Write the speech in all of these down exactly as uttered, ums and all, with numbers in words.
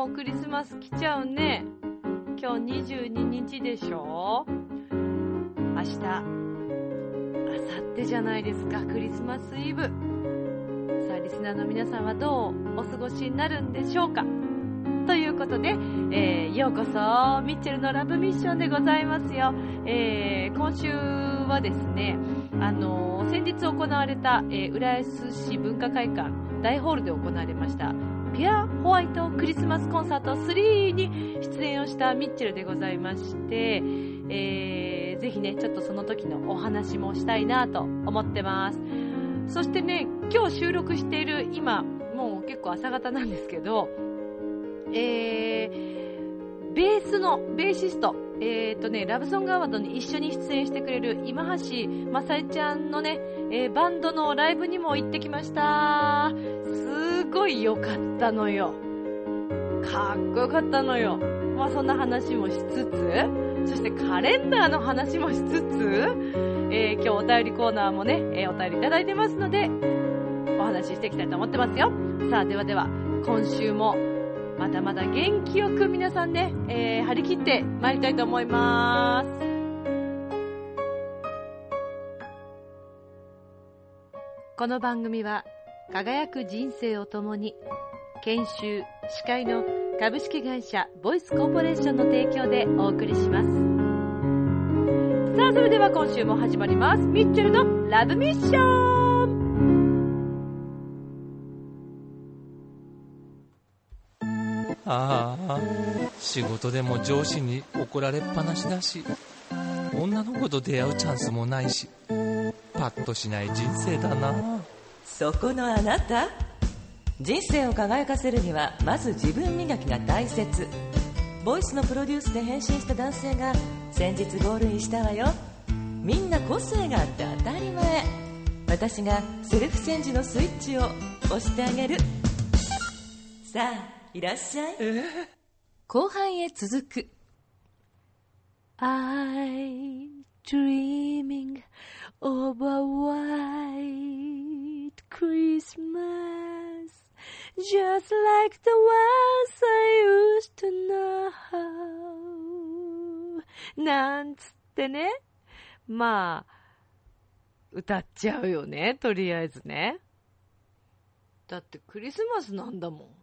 もうクリスマス来ちゃうね。今日にじゅうににちでしょ。明日、明後日じゃないですか、クリスマスイブ。さあリスナーの皆さんはどうお過ごしになるんでしょうか。ということで、えー、ようこそミッチェルのラブミッションでございますよ。えー、今週はですね、あのー、先日行われた、えー、浦安市文化会館大ホールで行われましたピュアホワイトクリスマスコンサートスリーに出演をしたミッチェルでございまして、えー、ぜひねちょっとその時のお話もしたいなと思ってます。そしてね、今日収録している今もう結構朝方なんですけど、えー、ベースのベーシスト、えーとね、ラブソングアワードに一緒に出演してくれる今橋まさえちゃんのね、えー、バンドのライブにも行ってきました。すごい良かったのよ。かっこよかったのよ。まあそんな話もしつつ、そしてカレンダーの話もしつつ、えー、今日お便りコーナーもね、えー、お便りいただいてますのでお話ししていきたいと思ってますよ。さあではでは今週もまだまだ元気よく皆さんね、えー、張り切って参りたいと思います。この番組は輝く人生を共に研修司会の株式会社ボイスコーポレーションの提供でお送りします。さあそれでは今週も始まります。ミッチェルのラブミッション。 ああ、仕事でも上司に怒られっぱなしだし、女の子と出会うチャンスもないし、パッとしない人生だな。 そこのあなた、人生を輝かせるにはまず自分磨きが大切。ボイスのプロデュースで変身した男性が先日ゴールインしたわよ。みんな個性があって当たり前。私がセルフチェンジのスイッチを押してあげる。さあいらっしゃい。後半へ続く。 I dreaming of a white Christmas just like the ones I used to know なんつってね、まあ歌っちゃうよね、とりあえずね。だってクリスマスなんだもん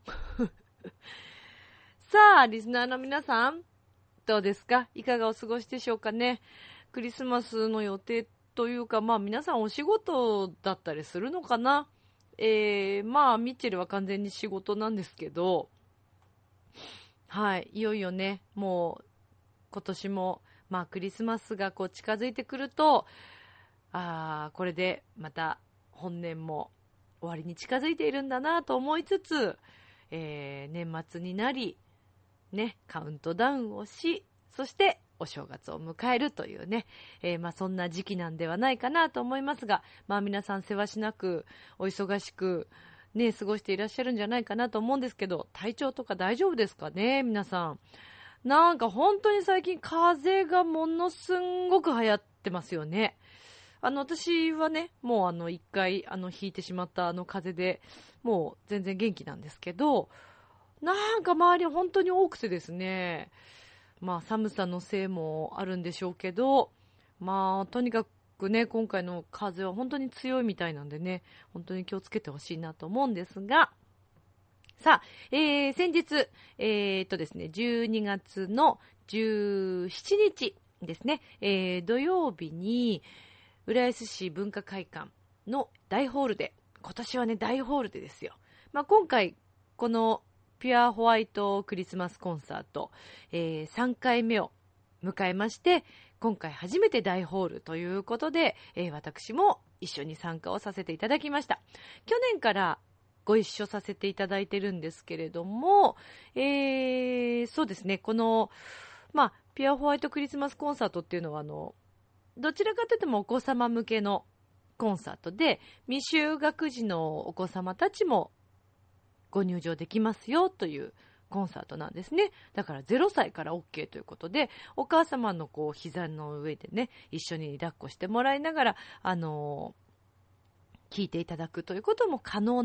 さあリスナーの皆さんどうですか、いかがお過ごしでしょうかね。クリスマスの予定というか、まあ皆さんお仕事だったりするのかな。えー、まあミッチェルは完全に仕事なんですけど、はい、いよいよね、もう今年もまあクリスマスがこう近づいてくると、あーこれでまた本年も終わりに近づいているんだなと思いつつ、えー、年末になりね、カウントダウンをし、そしてお正月を迎えるというね、えー、まあそんな時期なんではないかなと思いますが、まあ皆さんせわしなくお忙しくね過ごしていらっしゃるんじゃないかなと思うんですけど、体調とか大丈夫ですかね皆さん。なんか本当に最近風邪がものすんごく流行ってますよね。あの私はねもうあの一回あの引いてしまったあの風邪でもう全然元気なんですけど、なんか周り本当に多くてですね、まあ寒さのせいもあるんでしょうけど、まあとにかくね今回の風は本当に強いみたいなんでね、本当に気をつけてほしいなと思うんですが、さあ、えー、先日えー、っとですねじゅうにがつのじゅうしちにちですね、えー、土曜日に浦安市文化会館の大ホールで、今年はね大ホールでですよ、まあ、今回このピュアホワイトクリスマスコンサート、えー、さんかいめを迎えまして、今回初めて大ホールということで、えー、私も一緒に参加をさせていただきました。去年からご一緒させていただいてるんですけれども、えー、そうですね、この、まあ、ピュアホワイトクリスマスコンサートっていうのはあのどちらかというともお子様向けのコンサートで、未就学児のお子様たちもご入場できますよというコンサートなんですね。だからゼロさいから OK ということで、お母様のこう膝の上でね一緒に抱っこしてもらいながら、あのー、聞いていただくということも可能な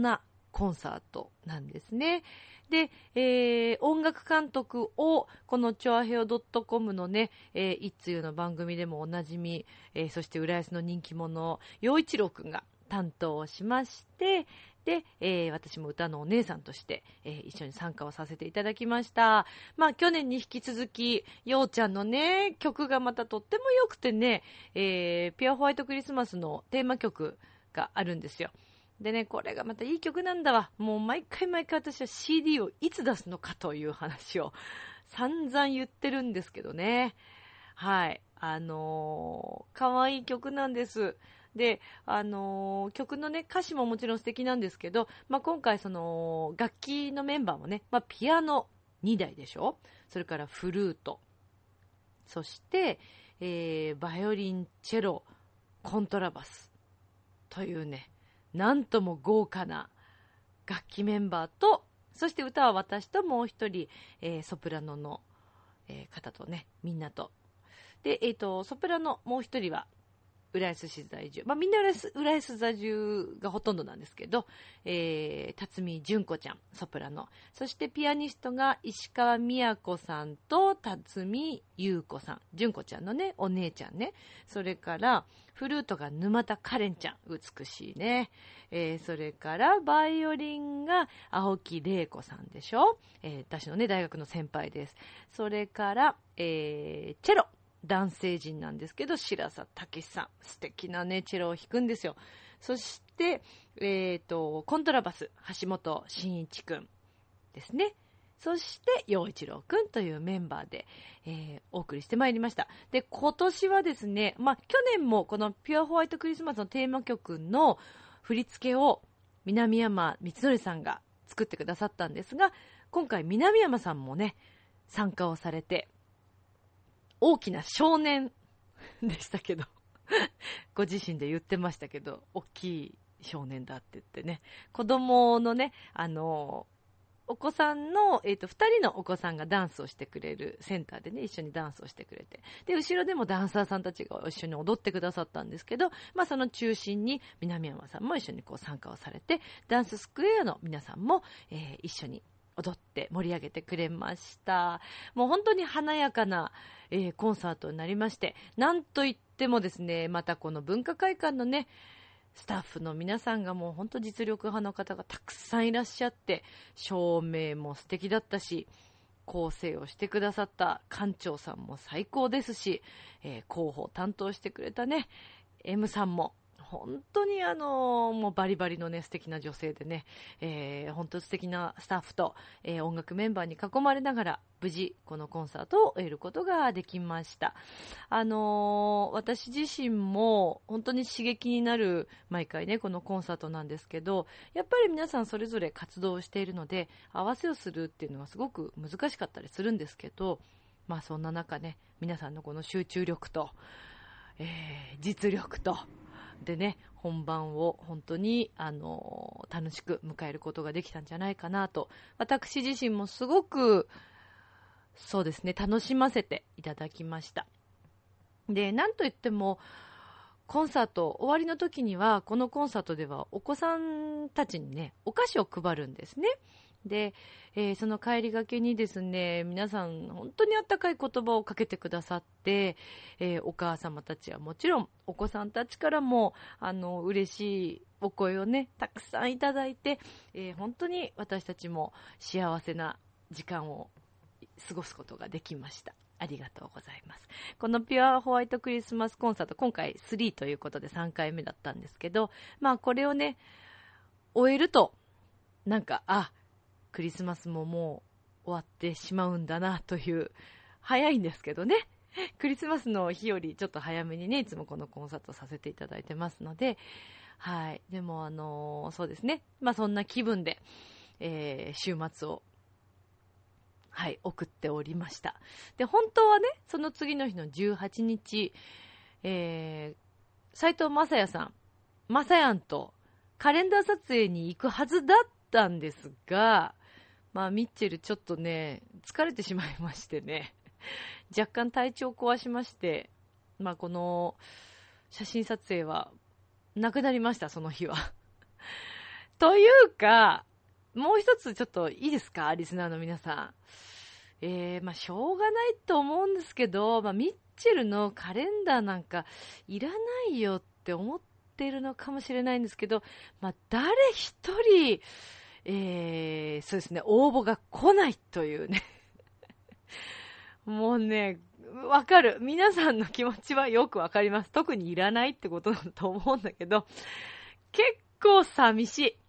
コンサートなんですね。で、えー、音楽監督をこのチョアヘオ .com のね、えー、一通の番組でもおなじみ、えー、そして浦安の人気者陽一郎くんが担当をしまして、で、えー、私も歌のお姉さんとして、えー、一緒に参加をさせていただきました。まあ去年に引き続きようちゃんのね曲がまたとっても良くてね、えー、ピュアホワイトクリスマスのテーマ曲があるんですよ。でね、これがまたいい曲なんだわ。もう毎回毎回私は シーディー をいつ出すのかという話を散々言ってるんですけどね。はい。あのー、可愛い曲なんです。で、あのー、曲のね、歌詞ももちろん素敵なんですけど、まあ、今回その、楽器のメンバーもね、まあ、ピアノにだいでしょ？それからフルート。そして、えー、バイオリン、チェロ、コントラバス。というね、なんとも豪華な楽器メンバーと、そして歌は私ともう一人、えー、ソプラノの、えー、方とね、みんなと。で、えっと、ソプラノもう一人は、浦安市在住。まあ、みんな浦安、浦安在住がほとんどなんですけど、えー、辰巳純子ちゃん、ソプラノ。そしてピアニストが石川美也子さんと辰巳優子さん。純子ちゃんのね、お姉ちゃんね。それから、フルートが沼田カレンちゃん。美しいね。えー、それから、バイオリンが青木玲子さんでしょ。えー、私のね、大学の先輩です。それから、えー、チェロ。男性陣なんですけど、白佐武さん。素敵なね、チェロを弾くんですよ。そして、えっと、コントラバス、橋本真一くんですね。そして、陽一郎くんというメンバーで、えー、お送りしてまいりました。で、今年はですね、まあ、去年もこのピュアホワイトクリスマスのテーマ曲の振り付けを南山光則さんが作ってくださったんですが、今回南山さんもね、参加をされて、大きな少年でしたけどご自身で言ってましたけど、大きい少年だって言ってね、子供のね、あのお子さんの、えっと、ふたりのお子さんがダンスをしてくれるセンターでね、一緒にダンスをしてくれて、で、後ろでもダンサーさんたちが一緒に踊ってくださったんですけど、まあ、その中心に南山さんも一緒にこう参加をされて、ダンススクエアの皆さんも、えー、一緒に踊って盛り上げてくれました。もう本当に華やかな、えー、コンサートになりまして、なんといってもですね、またこの文化会館のね、スタッフの皆さんがもう本当実力派の方がたくさんいらっしゃって、照明も素敵だったし、構成をしてくださった館長さんも最高ですし、えー、広報担当してくれたね、M さんも本当にあのもうバリバリのね素敵な女性でね、えー、本当素敵なスタッフと、えー、音楽メンバーに囲まれながら無事このコンサートを終えることができました。あのー、私自身も本当に刺激になる毎回ねこのコンサートなんですけど、やっぱり皆さんそれぞれ活動をしているので合わせをするっていうのはすごく難しかったりするんですけど、まあそんな中ね皆さんのこの集中力と、えー、実力とでね、本番を本当に、あのー、楽しく迎えることができたんじゃないかなと、私自身もすごくそうですね楽しませていただきました。で、なんといってもコンサート終わりの時にはこのコンサートではお子さんたちにねお菓子を配るんですね。で、えー、その帰りがけにですね皆さん本当にあったかい言葉をかけてくださって、えー、お母様たちはもちろんお子さんたちからもあの嬉しいお声をねたくさんいただいて、えー、本当に私たちも幸せな時間を過ごすことができました。ありがとうございます。このピュアホワイトクリスマスコンサート今回スリーということでさんかいめだったんですけど、まあこれをね終えるとなんかあクリスマスももう終わってしまうんだなという、早いんですけどねクリスマスの日よりちょっと早めにねいつもこのコンサートさせていただいてますので、はい、でもあのー、そうですね、まあそんな気分で、えー、週末をはい送っておりました。で本当はねその次の日のじゅうはちにち、えー、斉藤雅也さんまさやんとカレンダー撮影に行くはずだったんですが、まあミッチェルちょっとね疲れてしまいましてね若干体調を壊しまして、まあこの写真撮影はなくなりました。その日はというか、もう一つちょっといいですか、リスナーの皆さん。えー、まあ、しょうがないと思うんですけど、まあ、ミッチェルのカレンダーなんかいらないよって思ってるのかもしれないんですけど、まあ、誰一人、えー、そうですね、応募が来ないというね。もうね、わかる。皆さんの気持ちはよくわかります。特にいらないってことだと思うんだけど、結構寂しい。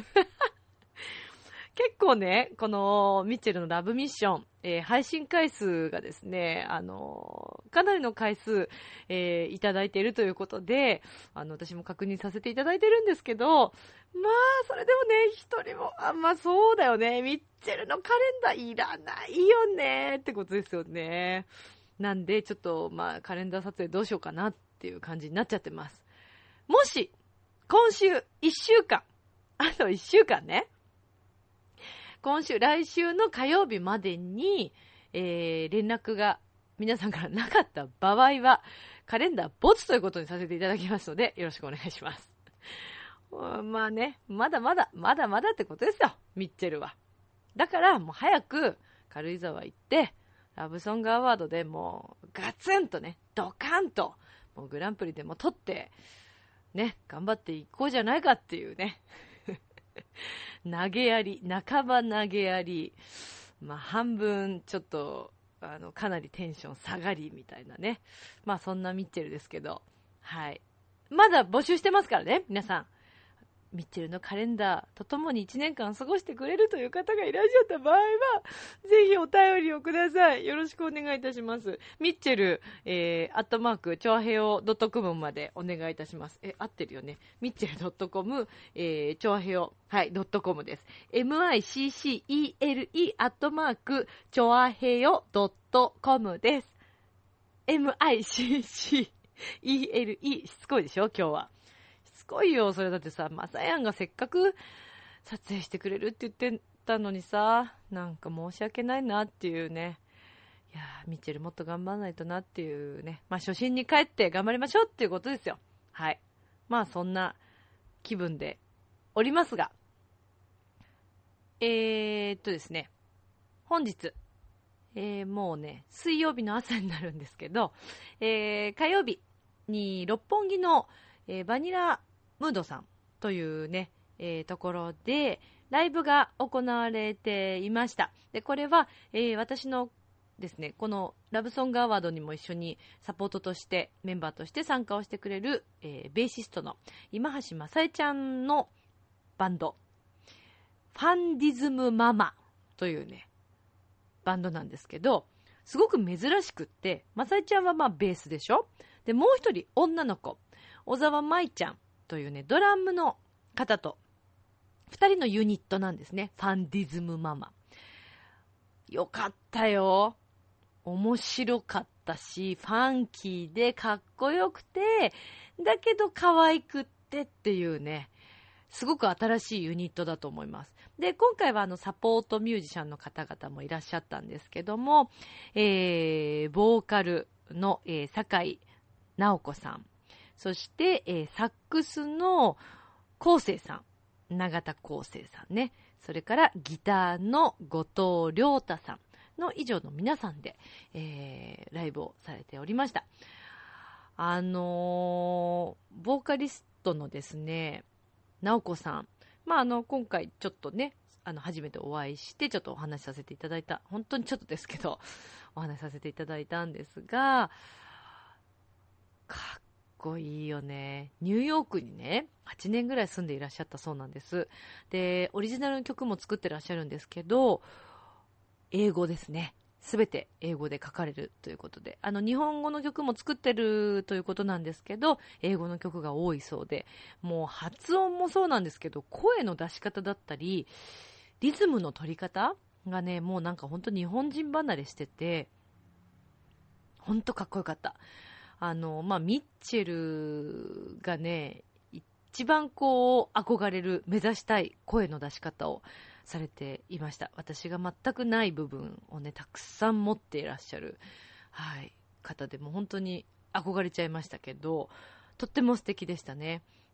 結構ね、このミッチェルのラブミッション、えー、配信回数がですね、あのー、かなりの回数、えー、いただいているということで、あの、私も確認させていただいてるんですけど、まあ、それでもね、一人も、あ、まあそうだよね、ミッチェルのカレンダーいらないよね、ってことですよね。なんで、ちょっと、まあ、カレンダー撮影どうしようかなっていう感じになっちゃってます。もし、今週いっしゅうかん、あといっしゅうかんね、今週、来週の火曜日までに、えー、連絡が皆さんからなかった場合は、カレンダー没ということにさせていただきますので、よろしくお願いします。まあね、まだまだ、まだまだってことですよ、ミッチェルは。だから、もう早く、軽井沢行って、ラブソングアワードでもう、ガツンとね、ドカンと、もうグランプリでも取って、ね、頑張っていこうじゃないかっていうね。投げやり、半ば投げやり、まあ半分ちょっと、あの、かなりテンション下がりみたいなね。まあそんなミッチェルですけど、はい。まだ募集してますからね、皆さん。ミッチェルのカレンダーとともにいちねんかん過ごしてくれるという方がいらっしゃった場合は、ぜひお便りをください。よろしくお願いいたします。ミッチェル、えー、アットマーク、チョアヘオ .com までお願いいたします。え、合ってるよね。ミッチェル .com、えー、チョアヘオ、はい、.com です。ミッチェル アットマーク、チョアヘオ .com です。ミッチェル、しつこいでしょ、今日は。すごいよ、それだってさ、まさやんがせっかく撮影してくれるって言ってたのにさ、なんか申し訳ないなっていうね。いやー、ミッチェルもっと頑張らないとなっていうね。まあ初心に帰って頑張りましょうっていうことですよ。はい。まあそんな気分でおりますが。えーっとですね、本日、えー、もうね、水曜日の朝になるんですけど、えー、火曜日に六本木の、えー、バニラムードさんというね、えー、ところでライブが行われていました。で、これは、えー、私のですね、このラブソングアワードにも一緒にサポートとしてメンバーとして参加をしてくれる、えー、ベーシストの今橋まさえちゃんのバンドファンディズムママというねバンドなんですけど、すごく珍しくって、まさえちゃんはまあベースでしょ。で、もう一人女の子小沢舞ちゃんというねドラムの方とふたりのユニットなんですね。ファンディズムママ。よかったよ。面白かったし、ファンキーでかっこよくて、だけど可愛くってっていうね、すごく新しいユニットだと思います。で、今回はあのサポートミュージシャンの方々もいらっしゃったんですけども、えー、ボーカルの、えー、酒井直子さん、そして、えー、サックスの昴生さん、永田昴生さんね、それからギターの後藤亮太さんの以上の皆さんで、えー、ライブをされておりました。あのー、ボーカリストのですね、直子さん、まあ、あの今回ちょっとね、あの初めてお会いしてちょっとお話しさせていただいた、本当にちょっとですけどお話しさせていただいたんですが、かっこいいよね。ニューヨークにねはちねんぐらい住んでいらっしゃったそうなんです。で、オリジナルの曲も作ってらっしゃるんですけど、英語ですね。すべて英語で書かれるということで、あの日本語の曲も作ってるということなんですけど、英語の曲が多いそうで、もう発音もそうなんですけど、声の出し方だったりリズムの取り方がね、もうなんか本当日本人離れしてて、本当かっこよかった。あの、まあ、ミッチェルがね一番こう憧れる、目指したい声の出し方をされていました。私が全くない部分をねたくさん持っていらっしゃる、はい、方で、も本当に憧れちゃいましたけど、とっても素敵でしたね。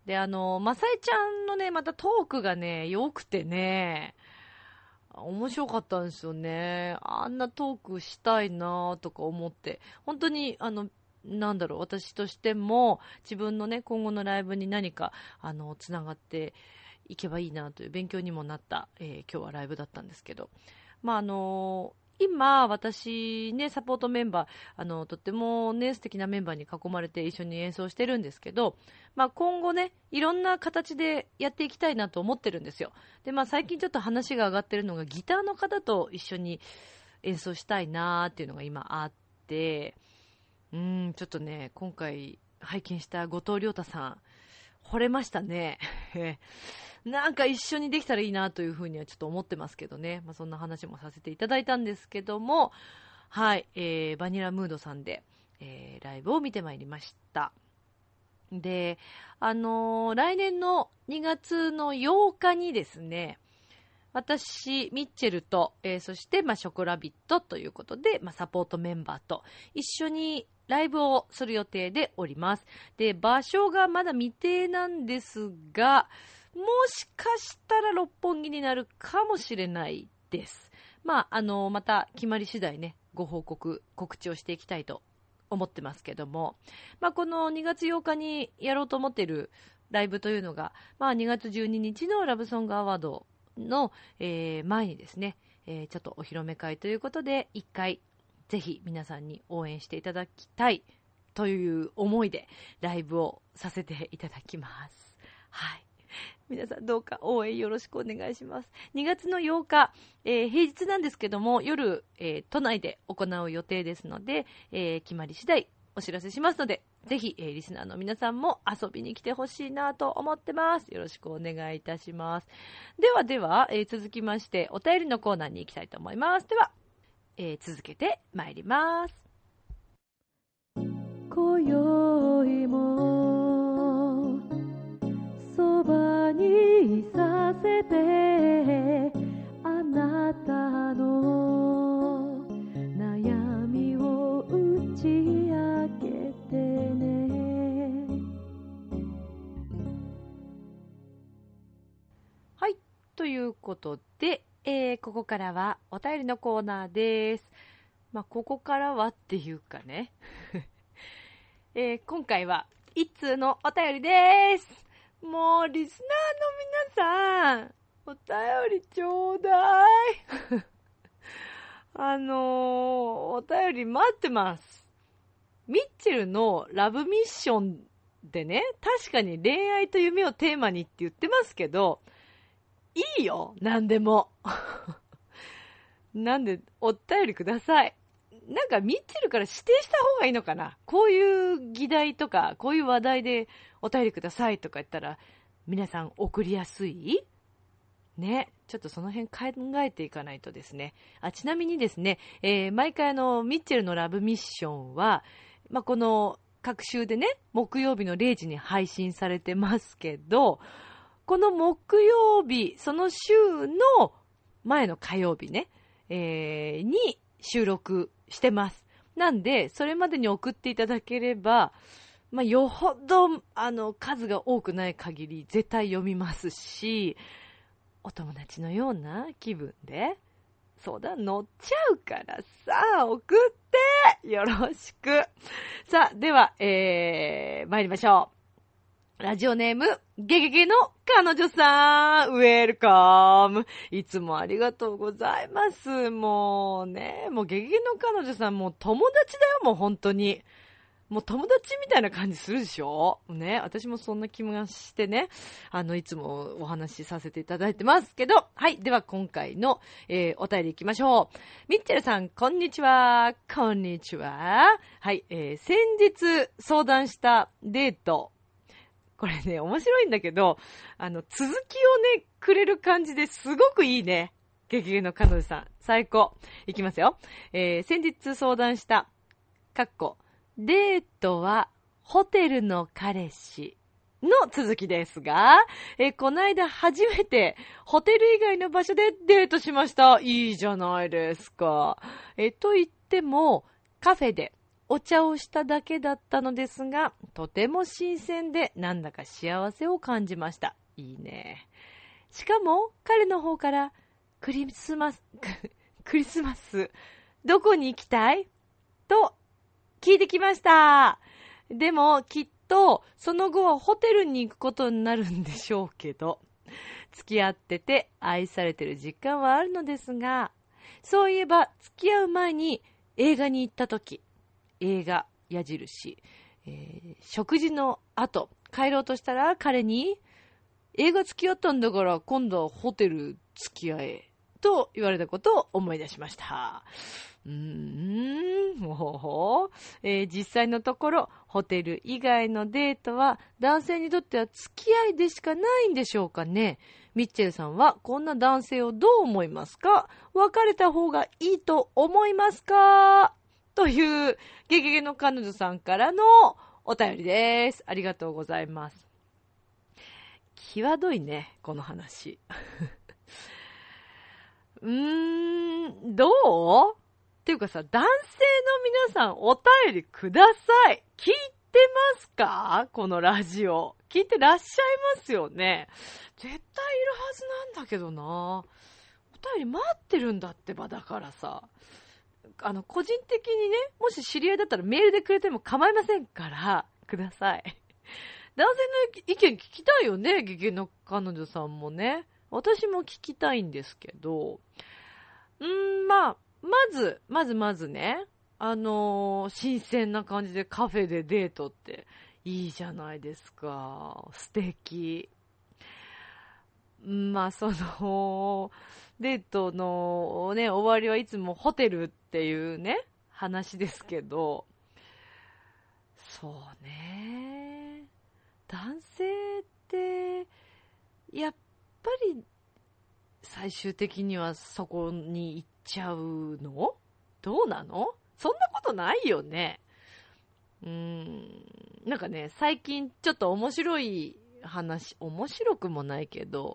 で、あの、まさえちゃんのね、またトークがね、良くてね、面白かったんですよね。あんなトークしたいなとか思って、本当に、あの、なんだろう、私としても、自分のね、今後のライブに何か、あの、つながっていけばいいなという勉強にもなった、えー、今日はライブだったんですけど、まあ、あのー今、私ね、サポートメンバー、あの、とってもね、素敵なメンバーに囲まれて一緒に演奏してるんですけど、まあ今後ね、いろんな形でやっていきたいなと思ってるんですよ。で、まあ最近ちょっと話が上がってるのが、ギターの方と一緒に演奏したいなーっていうのが今あって、うーん、ちょっとね、今回拝見した後藤亮太さん、惚れましたね。なんか一緒にできたらいいなというふうにはちょっと思ってますけどね。まあ、そんな話もさせていただいたんですけども、はい、えー、バニラムードさんで、えー、ライブを見てまいりました。で、あのー、来年のにがつのようかにですね、私、ミッチェルと、えー、そして、まあ、ショコラビットということで、まあ、サポートメンバーと一緒にライブをする予定でおります。で、場所がまだ未定なんですが、もしかしたら六本木になるかもしれないです。まあ、あの、また決まり次第ね、ご報告、告知をしていきたいと思ってますけども、まあ、このにがつようかにやろうと思っているライブというのが、まあ、にがつじゅうににちのラブソングアワードの、えー、前にですね、えー、ちょっとお披露目会ということで、一回、ぜひ皆さんに応援していただきたいという思いでライブをさせていただきます。はい。皆さんどうか応援よろしくお願いします。にがつのようか、えー、平日なんですけども、夜、えー、都内で行う予定ですので、えー、決まり次第お知らせしますので、ぜひ、えー、リスナーの皆さんも遊びに来てほしいなと思ってます。よろしくお願いいたします。ではでは、えー、続きましてお便りのコーナーに行きたいと思います。では、えー、続けてまいります。今宵もそばにいさせて、あなたの悩みを打ち明けてね。はい、ということで、えー、ここからはお便りのコーナーです。まあ、ここからはっていうかね、えー、今回は一通のお便りです。もうリスナーの皆さん、お便りちょうだい。あのー、お便り待ってます。ミッチェルのラブミッションでね、確かに恋愛と夢をテーマにって言ってますけど、いいよ、なんでも。なんで、お便りください。なんかミッチェルから指定した方がいいのかな。こういう議題とか、こういう話題でお便りくださいとか言ったら、皆さん送りやすいね。ちょっとその辺考えていかないとですね。あ、ちなみにですね、えー、毎回あの、ミッチェルのラブミッションは、まあ、この各週でね、木曜日のれいじに配信されてますけど、この木曜日、その週の前の火曜日ね、えー、に収録してます。なんで、それまでに送っていただければ、まあ、よほど、あの、数が多くない限り、絶対読みますし、お友達のような気分で、相談乗っちゃうからさ、送ってよろしく。さあ、では、えー、参りましょう。ラジオネーム、ゲゲゲの彼女さん、ウェルカム。いつもありがとうございます。もうね、もうゲゲゲの彼女さん、もう友達だよ、もう本当に。もう友達みたいな感じするでしょね、私もそんな気がしてね、あの、いつもお話しさせていただいてますけど、はい、では今回の、えー、お便り行きましょう。ミッチェルさん、こんにちは。こんにちは。はい、えー、先日相談したデート、これね、面白いんだけど、あの、続きをね、くれる感じですごくいいね。ゲゲゲの彼女さん、最高。いきますよ。えー、先日相談した、かっこ、デートはホテルの彼氏の続きですが、えー、この間初めてホテル以外の場所でデートしました。いいじゃないですか。えー、と言っても、カフェでお茶をしただけだったのですが、とても新鮮でなんだか幸せを感じました。いいね。しかも彼の方からクリスマスクリスマスどこに行きたいと聞いてきました。でもきっとその後はホテルに行くことになるんでしょうけど、付き合ってて愛されてる実感はあるのですが、そういえば付き合う前に映画に行ったとき、映画矢印、えー、食事の後帰ろうとしたら彼に、映画付き合ったんだから今度はホテル付き合えと言われたことを思い出しました。うーん、もう、えー、実際のところホテル以外のデートは男性にとっては付き合いでしかないんでしょうかね。ミッチェルさんはこんな男性をどう思いますか？別れた方がいいと思いますか？というゲゲゲの彼女さんからのお便りです。ありがとうございます。際どいね、この話。うーん、どう？っていうかさ、男性の皆さんお便りください。聞いてますか？このラジオ。聞いてらっしゃいますよね。絶対いるはずなんだけどな。お便り待ってるんだってば、だからさ。あの、個人的にね、もし知り合いだったらメールでくれても構いませんから、ください。男性の意見聞きたいよね、ゲゲの彼女さんもね。私も聞きたいんですけど、うーん、まあ、まず、まずまずね、あのー、新鮮な感じでカフェでデートっていいじゃないですか。素敵。まあ、その、デートのね、終わりはいつもホテルっていうね、話ですけど、そうね。男性って、やっぱり、最終的にはそこに行っちゃうの？どうなの？そんなことないよね。うーん。なんかね、最近ちょっと面白い話、面白くもないけど、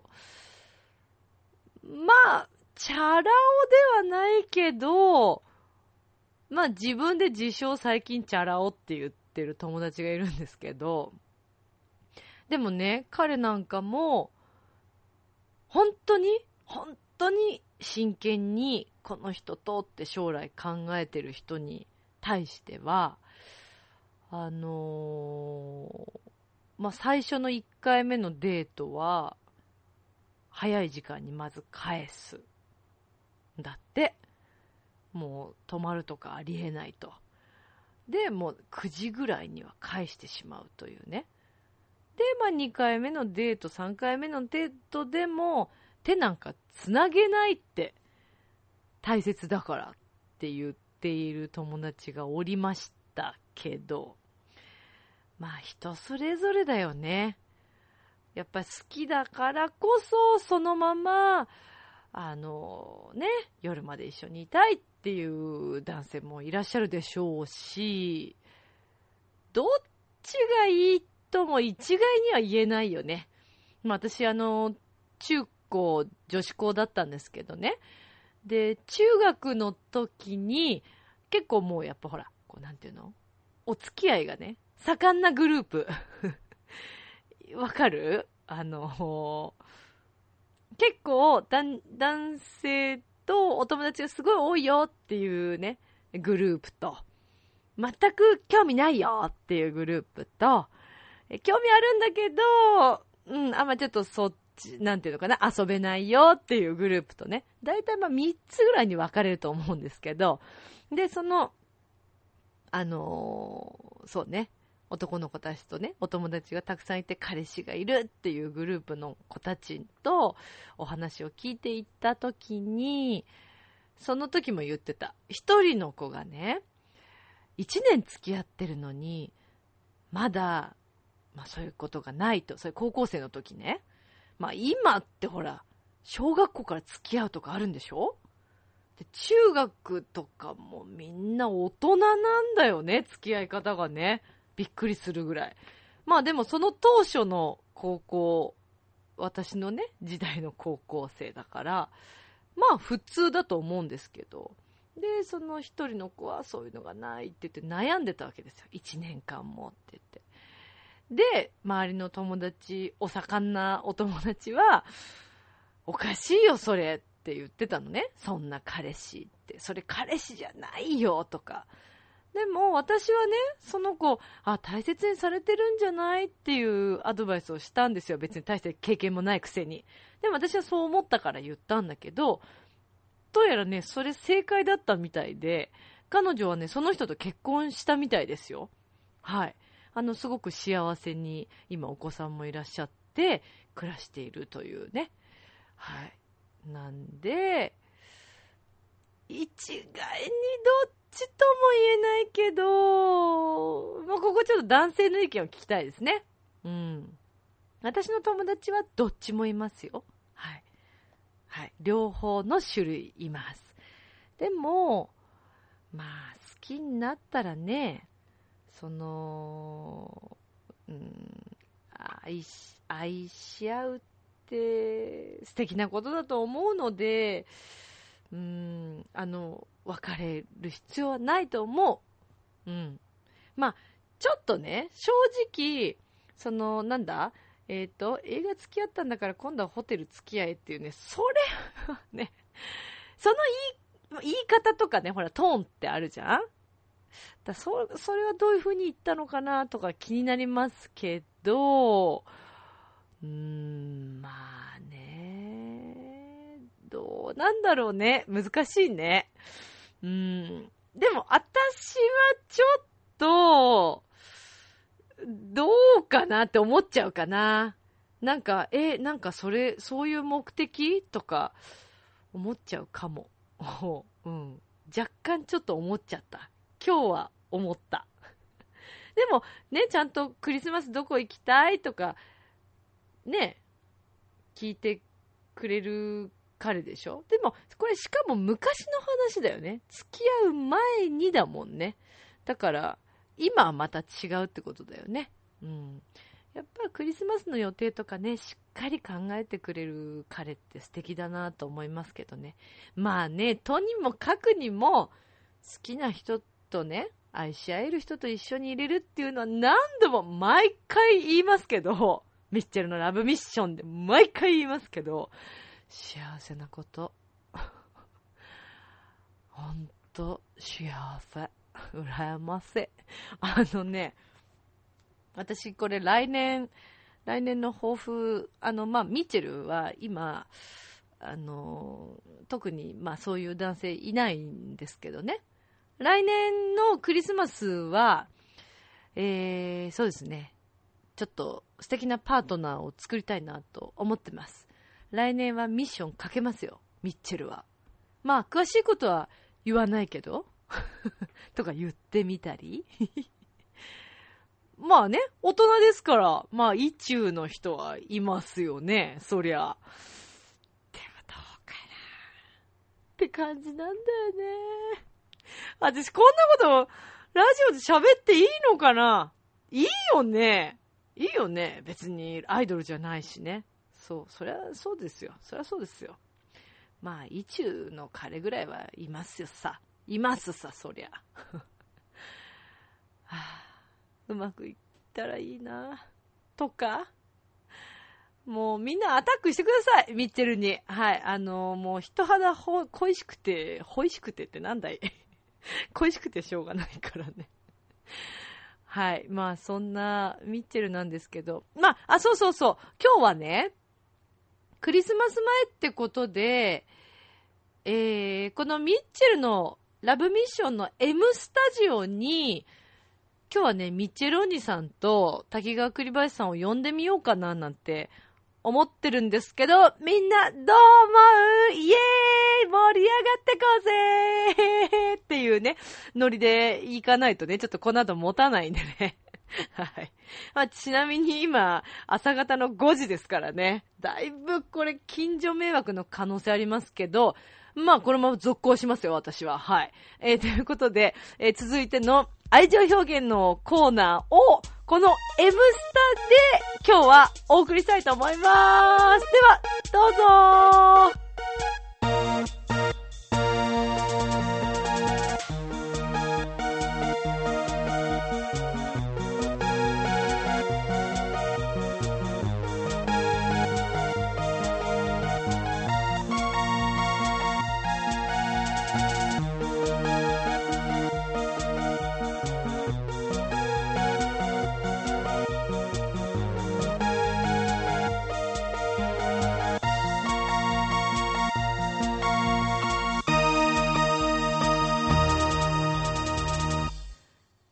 まあ、チャラ男ではないけど、まあ自分で自称最近チャラ男って言ってる友達がいるんですけど、でもね、彼なんかも、本当に、本当に真剣にこの人とって将来考えてる人に対しては、あのー、まあ、最初のいっかいめのデートは、早い時間にまず返す。だって、もう泊まるとかありえないと。で、もうくじぐらいには返してしまうというね。で、まあ、にかいめのデート、さんかいめのデートでも、手なんかつなげないって大切だからって言っている友達がおりましたけど、まあ人それぞれだよね。やっぱ好きだからこそそのままあのね、夜まで一緒にいたいっていう男性もいらっしゃるでしょうし、どっちがいいとも一概には言えないよね。まあ私あの中高女子校だったんですけどね。で、中学の時に結構もうやっぱほら、こうなんていうの？お付き合いがね、盛んなグループ。わかる？あの、結構男性とお友達がすごい多いよっていうね、グループと、全く興味ないよっていうグループと、興味あるんだけど、うん、あんまちょっとそっち、なんていうのかな、遊べないよっていうグループとね、だいたいまあみっつぐらいに分かれると思うんですけど、で、その、あのー、そうね、男の子たちとね、お友達がたくさんいて彼氏がいるっていうグループの子たちとお話を聞いていったときに、その時も言ってた。一人の子がね、一年付き合ってるのに、まだ、まあそういうことがないと。それ高校生の時ね。まあ今ってほら、小学校から付き合うとかあるんでしょ？で、中学とかもみんな大人なんだよね、付き合い方がね。びっくりするぐらい。まあでもその当初の高校、私のね、時代の高校生だから、まあ普通だと思うんですけど、 で、その一人の子はそういうのがないって言って悩んでたわけですよ。一年間もって言って。で、周りの友達、お盛んなお友達は、おかしいよそれって言ってたのね。そんな彼氏って。それ彼氏じゃないよとか。でも私はね、その子、あ、大切にされてるんじゃないっていうアドバイスをしたんですよ。別に大して経験もないくせに。でも私はそう思ったから言ったんだけど、どうやらね、それ正解だったみたいで、彼女はね、その人と結婚したみたいですよ。はい。あの、すごく幸せに、今お子さんもいらっしゃって、暮らしているというね。はい。なんで、一概にどっちとも言えないけど、もうここちょっと男性の意見を聞きたいですね。うん。私の友達はどっちもいますよ。はい。はい。両方の種類います。でも、まあ、好きになったらね、その、うん、愛し、愛し合うって素敵なことだと思うので、うーん、あの、別れる必要はないと思う。うん。まあ、ちょっとね、正直、その、なんだ、えっと、映画付き合ったんだから今度はホテル付き合えっていうね、それはね、その言い、言い方とかね、ほら、トーンってあるじゃん？だそ、それはどういう風に言ったのかなとか気になりますけど、うーん、まあね、どうなんだろうね。難しいね。うん。でも、私はちょっと、どうかなって思っちゃうかな。なんか、え、なんかそれ、そういう目的とか、思っちゃうかも。うん。若干ちょっと思っちゃった。今日は思った。でも、ね、ちゃんとクリスマスどこ行きたいとか、ね、聞いてくれる彼でしょ。でも、これしかも昔の話だよね。付き合う前にだもんね。だから、今はまた違うってことだよね。うん。やっぱりクリスマスの予定とかね、しっかり考えてくれる彼って素敵だなと思いますけどね。まあね、とにもかくにも、好きな人とね、愛し合える人と一緒にいれるっていうのは何度も毎回言いますけど、ミッチェルのラブミッションで毎回言いますけど、幸せなこと。ほんと幸せ。羨ましい。あのね、私これ来年、来年の抱負、あの、まあ、ミッチェルは今、あの、特に、まあ、そういう男性いないんですけどね。来年のクリスマスは、えー、そうですね。ちょっと素敵なパートナーを作りたいなと思ってます。来年はミッションかけますよ、ミッチェルは。まあ、詳しいことは言わないけど、とか言ってみたり。まあね、大人ですから、まあ、意中の人はいますよね、そりゃ。でもどうかなって感じなんだよね。私こんなことラジオで喋っていいのかな？いいよね。いいよね。別にアイドルじゃないしね。そう、そりゃそうですよ。そりゃそうですよ。まあ、意中の彼ぐらいはいますよさ。いますさ、そりゃ。はあ、うまくいったらいいな。とか、もうみんなアタックしてください、ミッチェルに。はい、あのー、もう人肌ほ恋しくて、恋しくてってなんだい恋しくてしょうがないからね。はい、まあそんなミッチェルなんですけど、まあ、あ、そうそうそう、今日はね、クリスマス前ってことで、えー、このミッチェルのラブミッションの M スタジオに、今日はね、ミッチェルお兄さんと滝川栗林さんを呼んでみようかななんて思ってるんですけど、みんなどう思う？イエーイ！盛り上がってこうぜーっていうね、ノリで行かないとね、ちょっとこの後持たないんでね。はい。まあ、ちなみに今、朝方のごじですからね。だいぶこれ近所迷惑の可能性ありますけど、まあ、このまま続行しますよ、私は。はい。えー、ということで、えー、続いての愛情表現のコーナーを、この M スタで今日はお送りしたいと思います。では、どうぞー。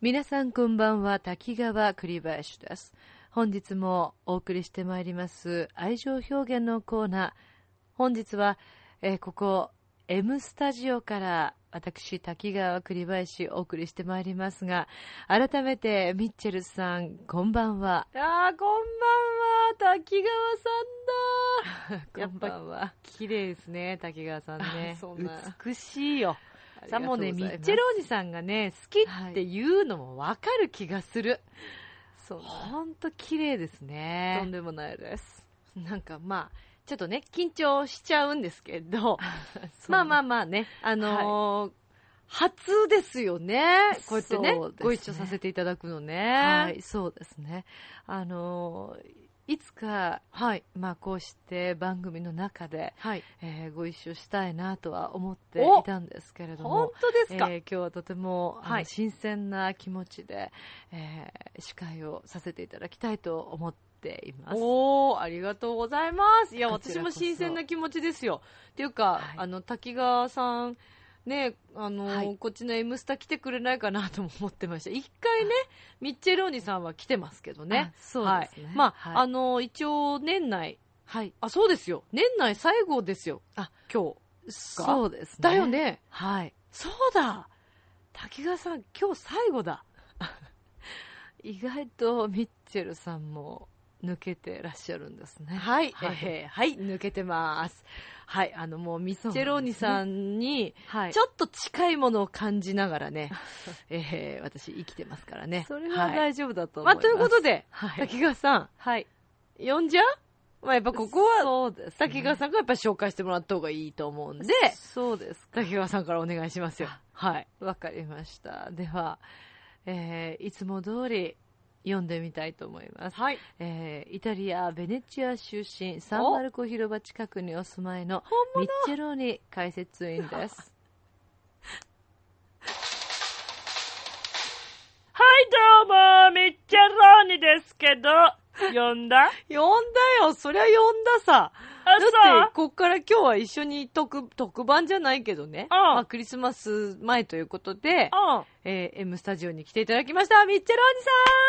皆さんこんばんは、滝川栗林です。本日もお送りしてまいります愛情表現のコーナー。本日は、えー、ここ M スタジオから私滝川栗林お送りしてまいりますが、改めてミッチェルさんこんばんは。 あーこんばんは、滝川さんだ。 こんばんは。綺麗ですね、滝川さんね。 そんな美しいよ。さあもうね、ミッチェルおじさんがね好きっていうのも分かる気がする。 そう、 ほんと綺麗ですね。 とんでもないです。 なんかまあちょっとね緊張しちゃうんですけどまあまあまあね、あのーはい、初ですよね、こうやって ね, ねご一緒させていただくのね。 はい、そうですね。 あのーいつか、はいまあ、こうして番組の中で、はいえー、ご一緒したいなとは思っていたんですけれども、 本当ですか。 えー、今日はとても、はい、新鮮な気持ちで、えー、司会をさせていただきたいと思っています。 おー、ありがとうございます。いや、私も新鮮な気持ちですよ。っていうか、はい、あの滝川さんね、あのーはい、こっちの M スタ来てくれないかなとも思ってました。一回ね、ミッチェローニさんは来てますけどね。 そうですね。 はい、まあ、はい、あのー、一応年内、はい、あ、そうですよ。年内最後ですよ。あ、今日。 そうですね。 だよね。 はい。 そうだ。滝川さん、今日最後だ。意外とミッチェルさんも抜けてらっしゃるんですね。 はい。 はい、えー、はい、抜けてます。はい、あのもうミッチェローニさんにちょっと近いものを感じながらね、はいえー、私生きてますからね。 それは大丈夫だと思います。 はいまあ、ということで、 はい、 滝川さん、 はい、 呼んじゃう？まあ、やっぱここはそうです、ね、 滝川さんがやっぱ紹介してもらった方がいいと思うんで、 そうです。 滝川さんからお願いしますよ。 はい、わかりました。では、えー、いつも通り読んでみたいと思います。 はい。 えー、イタリア・ベネチア出身、サンマルコ広場近くにお住まいのミッチェローニ解説員です。 はい、どうも、ミッチェローニですけど、読んだ読んだよ、そりゃ読んださ。 あ、 だって、こっから今日は一緒に特、特番じゃないけどね。 うんまあ、クリスマス前ということで、 うんえー、M スタジオに来ていただきました。ミッチェローニさ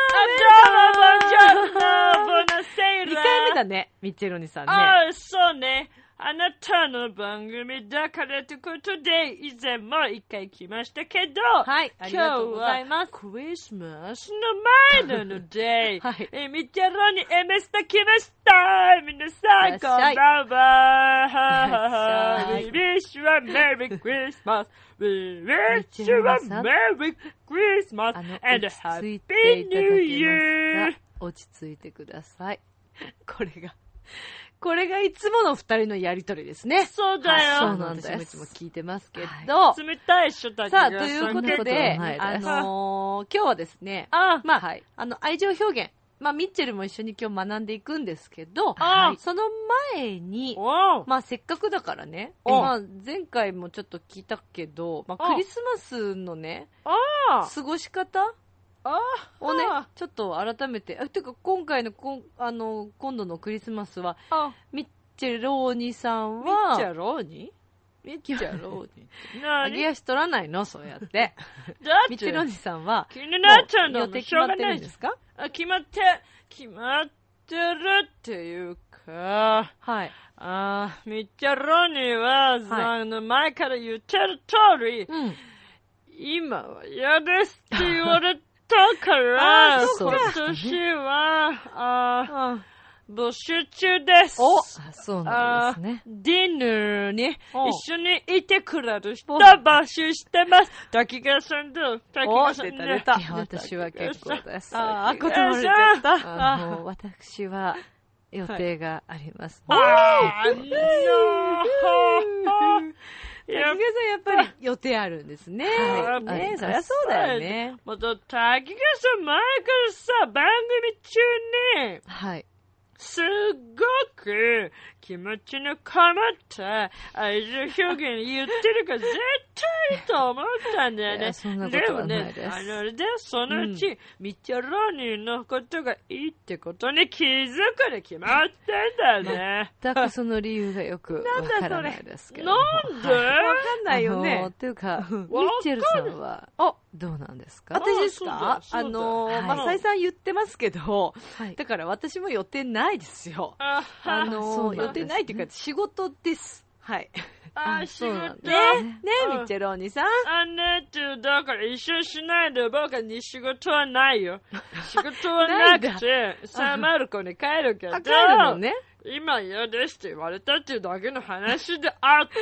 ん。 あ、どうも、ボンジョルノ、ボナセイラ。 にかいめだね、ミッチェローニさんね。 あ、そうね。あなたの番組だからということで、以前も一回来ましたけど、 はい、ありがとうございます。 クリスマスの前なので、 はい、 えミッチェローニ M スタ来ました。皆さん、こんばんは。We wish you a Merry Christmas. We wish you a Merry Christmas and a Happy New Year. 落ち着いてください。 これが。これがいつもの二人のやりとりですね。 そうだよ。 そうなんです。 私もいつも聞いてますけど。 はい、冷たい人たちが。さあ、ということで、あのー、今日はですね、 あまあ、 はい、 あの、愛情表現。まあ、ミッチェルも一緒に今日学んでいくんですけど、 はい、 その前に、まあ、せっかくだからね、まあ、前回もちょっと聞いたけど、まあ、クリスマスのね、過ごし方あをね、ちょっと改めて、あ、てか今回のこんあの今度のクリスマスはミッチェローニさんはミッチェローニミッチェローニ何揚げ足取らないのそうやってだってミッチェローニさんは気になっちゃうの予定決まってるんですか？ あ、決まって決まってるっていうか、 はい、 あミッチェローニは、はい、あの前から言ってる通り、 うん、 今は嫌ですって言われてだから、今年は、あ募集中です。 お、 そうなんですね。 ディナーに一緒にいてくれる人募集してます。滝川さんと、滝川さん、ね、 出た出た。 いや、私は結構です。 ああ、断られちゃった。 あの、私は予定があります。 はい、ああ、 滝川さんやっぱり予定あるんですね。 はい、 ね、そりゃそうだよね。 また滝川さん前からさ、番組中に、 はい。 すっごく気持ちのこもった愛情表現言ってるから絶対と思ったんだよね。 そんなことはないです。 でもね、あので、そのうち、うん、ミッチェローニのことがいいってことに気づくに決まってんだよね。 全くその理由がよくわからないですけど。 なんで、 はい、わかんないよね。 というか、ミッチェルさんは、 あ、 どうなんですか？ 私ですか？あのー、まあ、再三言ってますけど、はい、だから私も予定ないですよ。あ、あのー、予定ないっていうか、仕事です。はい。 あ、仕事。ね、 ね、ミッチェローニさん。 あ、ね、だから一緒しないで、僕に仕事はないよ。仕事はなくて、サンマルコに帰るけど、 帰るのね。 今嫌ですって言われたっていうだけの話であって。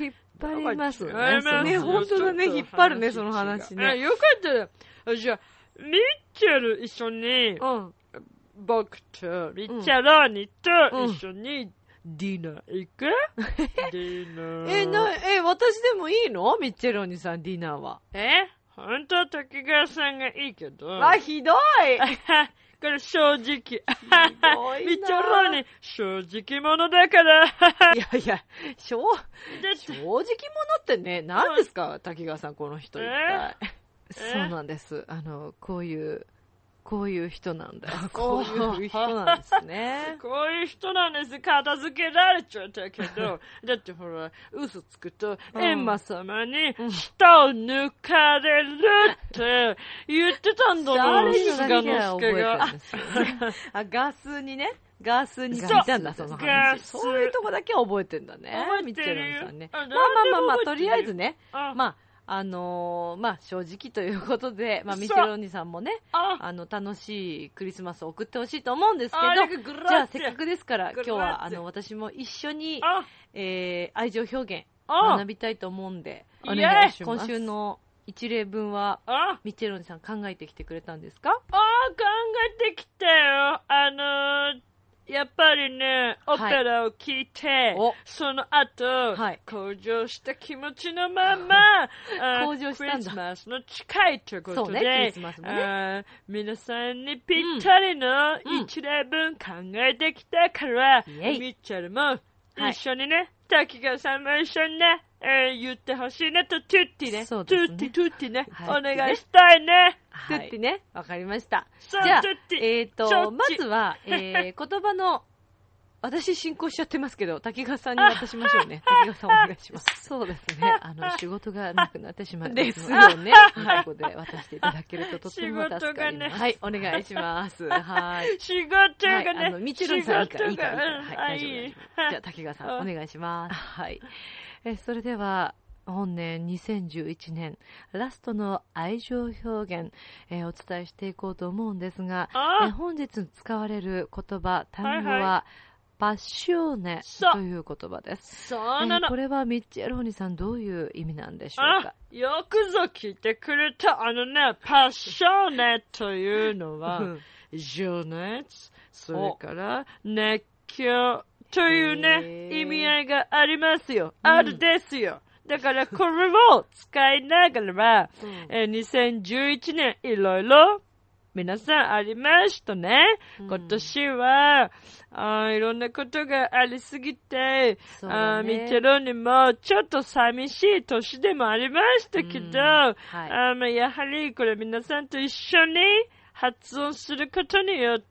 引っ張りますよね。ね、本当だね、引っ張るね、その話ね。 よかったよ。じゃあ、ミッチェル一緒に、うん、僕とミッチェローニと一緒に、うんディナー行くディナー。 え、な、え、私でもいいのミッチェローニさん、ディナーは。 え本当は滝川さんがいいけど。 あ、ひどいこれ正直。ミッチェローニ、正直者だから。 いやいや、正、正直者ってね、何ですか滝川さん、この人一体。そうなんです。あの、こういう、こういう人なんだよ。こういう人なんですね。 こういう人なんです。片付けられちゃったけど、だってほら、嘘つくと、うん、エンマ様に舌を抜かれるって言ってたんだもん、菅之助が。 あ、ガスにね。ガースに聞いたんだ、その話。そういうとこだけ覚えてんだね。ミッチェローニさんね。まあまあまあまあ、とりあえずね。まああのー、まあ、正直ということで、まあ、ミチェローニさんもね、ああの、楽しいクリスマスを送ってほしいと思うんですけど、じゃあ、せっかくですから、今日は、あの、私も一緒に、えー、愛情表現、学びたいと思うんで、お願いします。今週の一例文は、ミチェローニさん考えてきてくれたんですか？ ああ、考えてきたよ。あのー、やっぱりね、オペラを聴いて、はい、その後、はい、向上した気持ちのまま、 向上したんだ。 クリスマスの近いということで、 ね、クリスマスもね、 皆さんにぴったりの一例文考えてきたから、うん、ミッチェルも一緒にね、はい、滝川さんも一緒にね、えー、言ってほしいねと、トゥッティね。そうですね。トゥッティ、トゥッティね。はい、お願いしたいね。 トゥッティね。わかりました。じゃあ、えっと、まずは、えー、言葉の、私進行しちゃってますけど、滝川さんに渡しましょうね。滝川さんお願いします。 そうですね。あの、仕事がなくなってしまいますですよね。 はい。ここで渡していただけるととても助かります。 はい、お願いします。はい。 仕事がね。 あの、みちろんさんいいから、いいから、いいから。はい、大丈夫です。じゃあ、滝川さん、お願いします。 はい。え、それでは、本年にせんじゅういちねんラストの愛情表現、えー、お伝えしていこうと思うんですが、えー、本日使われる言葉、単語は、はいはい、パッショーネという言葉です。 そうなの、 えー、これはミッチェローニさんどういう意味なんでしょうか？ よくぞ聞いてくれた。あのね、パッショーネというのは、情熱、それから熱狂というね、意味合いがありますよ。うん、あるですよ。だからこれを使いながら、うんえー、にせんじゅういちねんいろいろ皆さんありましたね。うん、今年はあいろんなことがありすぎて、ね、あミチェロにもちょっと寂しい年でもありましたけど、うんはいあまあ、やはりこれ皆さんと一緒に発音することによって、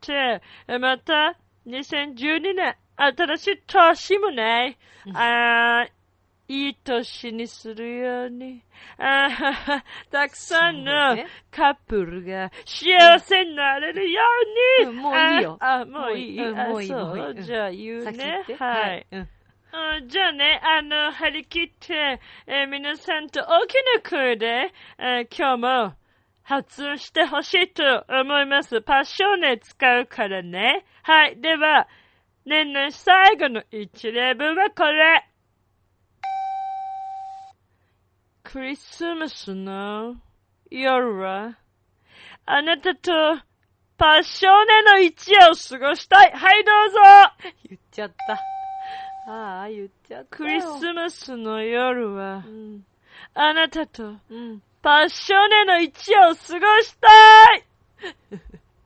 またにせんじゅうにねん新しい年もね、うん、あいい年にするように、あたくさんのカップルが幸せになれるように。 うん、もういいよ。 あ、もういい。うん、もういい。そう、じゃあ言うね。はい。うんじゃあね、あの、張り切って、えー、皆さんと大きな声で、えー、今日も発音してほしいと思います。パッションで使うからね。はい。では、年の最後の一例文はこれ。クリスマスの夜は、あなたとパッションでの一夜を過ごしたい。はい、どうぞ。 言っちゃった。ああ、言っちゃった。 クリスマスの夜は、うん、あなたと、うん、パッションでの一夜を過ごしたい。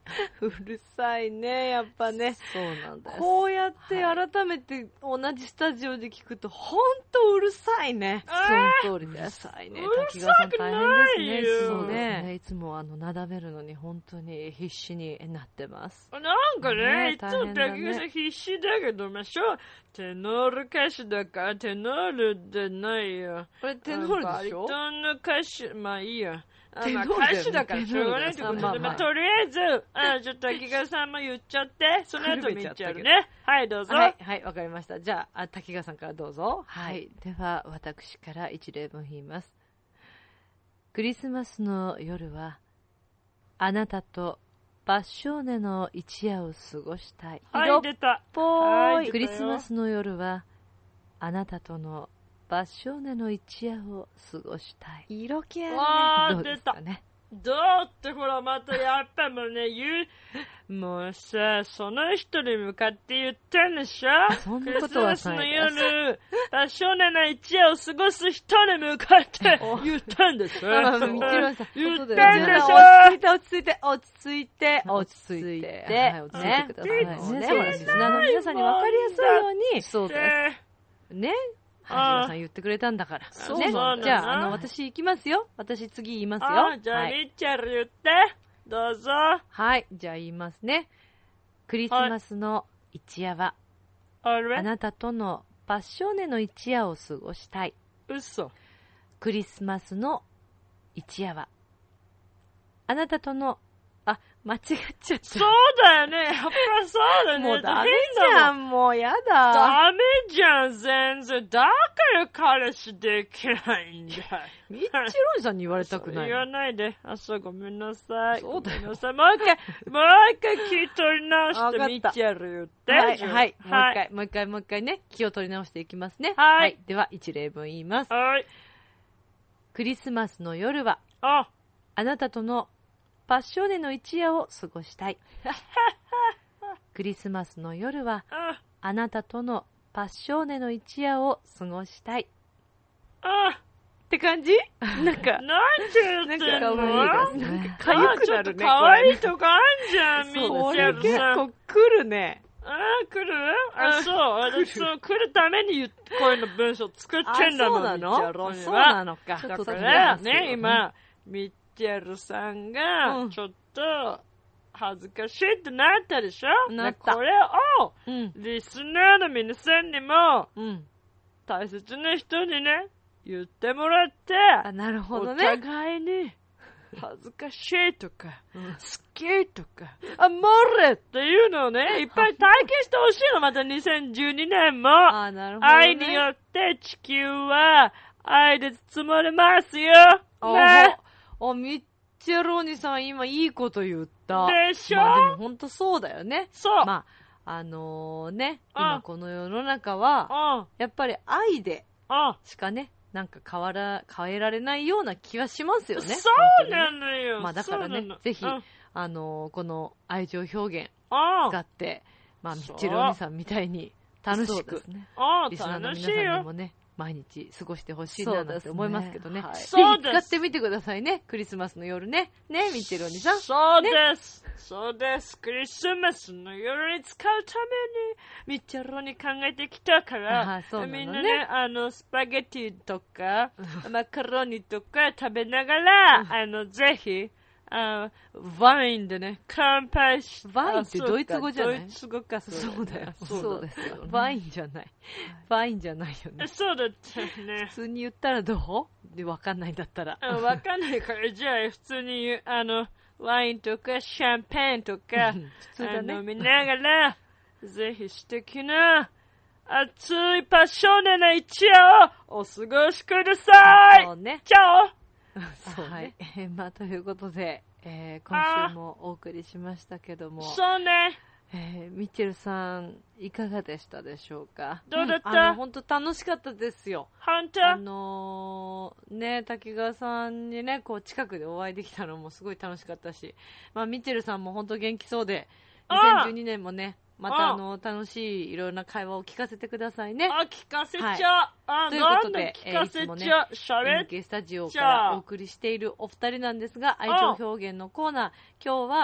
うるさいね、やっぱね。 そうなんです。 こうやって改めて同じスタジオで聞くと、ほんとうるさいね。 その通りです。 うるさいね。 うる滝川さん大変ですね。 さくないよいつもそうですね。 ね。いつもあの、なだめるのに本当に必死になってます。 なんかね、 ねいつも大変だね滝川さん必死だけど、まあ、しょテノール歌手だからテノールでないよ。 これテノールでしょ？ バリトンの歌手、まあいいや。あまあ、 テノールだよね歌手だからしょうがないってことで、 テノールだまあ、とりあえず、あちょっと滝川さんも言っちゃって、その後見ちゃうね。はい、どうぞ。 はい、はい、わかりました。じゃあ、あ滝川さんからどうぞ。 はい。では、私から一例文言います。クリスマスの夜は、あなたとパッショーネの一夜を過ごしたい。 はい、出た。 ぽーい。 はいクリスマスの夜は、あなたとのパッショーネの一夜を過ごしたい。 色気あるね。 わー、 どうで出た。 すかね。 どうってほら、またやっぱもうね、言う、もうさ、その人に向かって言ってんでしょ？ そんなことはないです。 クリスマスの夜、パッショネな一夜を過ごす人に向かって言ってんでしょ？ あまあみちろんさん言ってんでしょ？ 落ち着いて、落ち着いて、落ち着いて、落ち着いて。 はい、落ち着いてください。 ね、 ね、 ね、 そうです。 リスナーの皆さんに分かりやすいように、 そうでね、はじめさん言ってくれたんだから。 そうね、 なんだじゃあ、あの、私行きますよ。私次言いますよ。 あ、じゃあ、 はい、 ミッチェル言って。どうぞ。 はい、じゃあ言いますね。クリスマスの一夜は、 あれ？ あなたとのパッショーネの一夜を過ごしたい。 嘘。 クリスマスの一夜は、あなたとの、あ、間違っちゃった。 そうだよね。やっぱそうだね。 もうダメじゃん、もうやだ。 ダメじゃん、全然。だから彼氏できないんだ。 ミッチェロンさんに言われたくない。 言わないで。あ、そう、ごめんなさい。 そうだよ。 ごめんなさい。もう一回、もう一回気取り直してミッチェル言って。 はい、はい。もう一はい回、もう一回、もう一回ね、気を取り直していきますね。 はいはい。では、一例文言います。 はい。 クリスマスの夜は、 あ、 あなたとのパッショーネの一夜を過ごしたい。クリスマスの夜は、 あ、 あなたとのパッショーネの一夜を過ごしたい。 あ、 って感じなんか、 なんて言ってんの？ 可愛いですね。 かゆくなるね。 可愛いとかあんじゃん、ミこッチェれ結ルさん。 構来るね。 あー、来るあ、そう。私、そう、来るために言うこういうの文章作ってんだもん、 あ、そうなの？ ミッチェルには。 そうなのか。 だかちょっとら、 そうね、今、ミッチェルさんが、ちょっと、恥ずかしいってなったでしょ？ なった。 これを、 うん。 リスナーの皆さんにも、 うん。 大切な人にね、言ってもらって、 あ、なるほどね。 お互いに、恥ずかしいとか、 うん、 好きとか、あ、モレっていうのをね、いっぱい体験してほしいの、またにせんじゅうにねんも。 あ、なるほどね。 愛によって地球は愛で包まれますよ。 ね。あ、ミッチェロニさん今いいこと言った。 でしょ？ まあでも本当そうだよね。 そう。 まあ、あのー、ね、 うん今この世の中は、やっぱり愛でしかね、なんか変わら、変えられないような気はしますよね。 そうなのよ。 まあだからね、ぜひ、あのー、この愛情表現使って、まあミッチェロニさんみたいに楽しく、 ね、 リスナーの皆さんにもね、毎日過ごしてほしいななんて思いますけどね。 はい、 ぜひ使ってみてくださいね。クリスマスの夜ね。ね、ミッチェロニさん。 そうです。ね、そうです。クリスマスの夜に使うために、ミッチェロニ考えてきたから、 あそうなのね、 みんなね、あの、スパゲティとか、マカロニとか食べながら、あの、ぜひ、あワインでね、乾杯して。 ワインってドイツ語じゃない？ ドイツ語か、 そうだよ。 そうですよ、ね。 ワインじゃない。ワインじゃないよね。 そうだったね。 普通に言ったらどう？で、わかんないんだったら。 わかんないから、じゃあ、普通に言う、あの、ワインとか、シャンパンとか、 普通だね、 飲みながら、ぜひ素敵な、熱いパッショネな一夜をお過ごしください。 そうね。 チャオそうね。はい。えー、まあ、ということで、えー、今週もお送りしましたけども。 そうね。 えー、ミッチェルさん、いかがでしたでしょうか？ どうだった？ あの、本当楽しかったですよ。 本当？ あのー、ね、滝川さんにね、こう、近くでお会いできたのもすごい楽しかったし、まあ、ミッチェルさんも本当元気そうで、にせんじゅうにねんもね、またあの、楽しいいろんな会話を聞かせてくださいね。 あ、聞かせちゃう。はい、あ、 ということで、 聞かせちゃう。 えー、いつもね、 喋っエヌケー スタジオからお送りしているお二人なんですが、愛情表現のコーナー、今日は、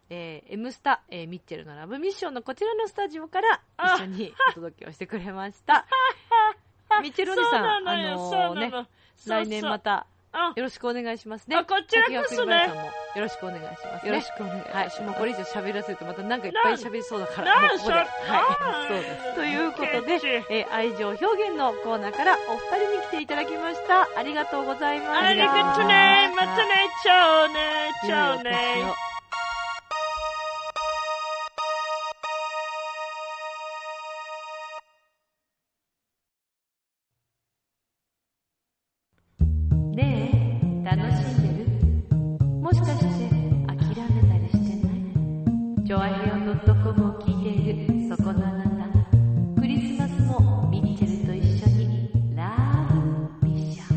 えー、M スタ、えー、ミッチェルのラブミッションのこちらのスタジオから一緒にお届けをしてくれました。ミッチェルおじさん、あのー、ね、来年またよろしくお願いしますね。 あ、こちらこそね。 さんもよろしくお願いしますね。 よろしくお願いします。 はい、もうこれ以上喋らせるとまたなんかいっぱい喋りそうだから、もうここで。はい、そうです。ということで、えー、愛情表現のコーナーからお二人に来ていただきました。ありがとうございました。 ありがとうね。またね。チャオね。チャオね。 ねえ、楽しんでる？もしかして諦めたりしてない？ジョアヘオ .com を聞いているそこのあなた、クリスマスもミッチェルと一緒にラブミッショ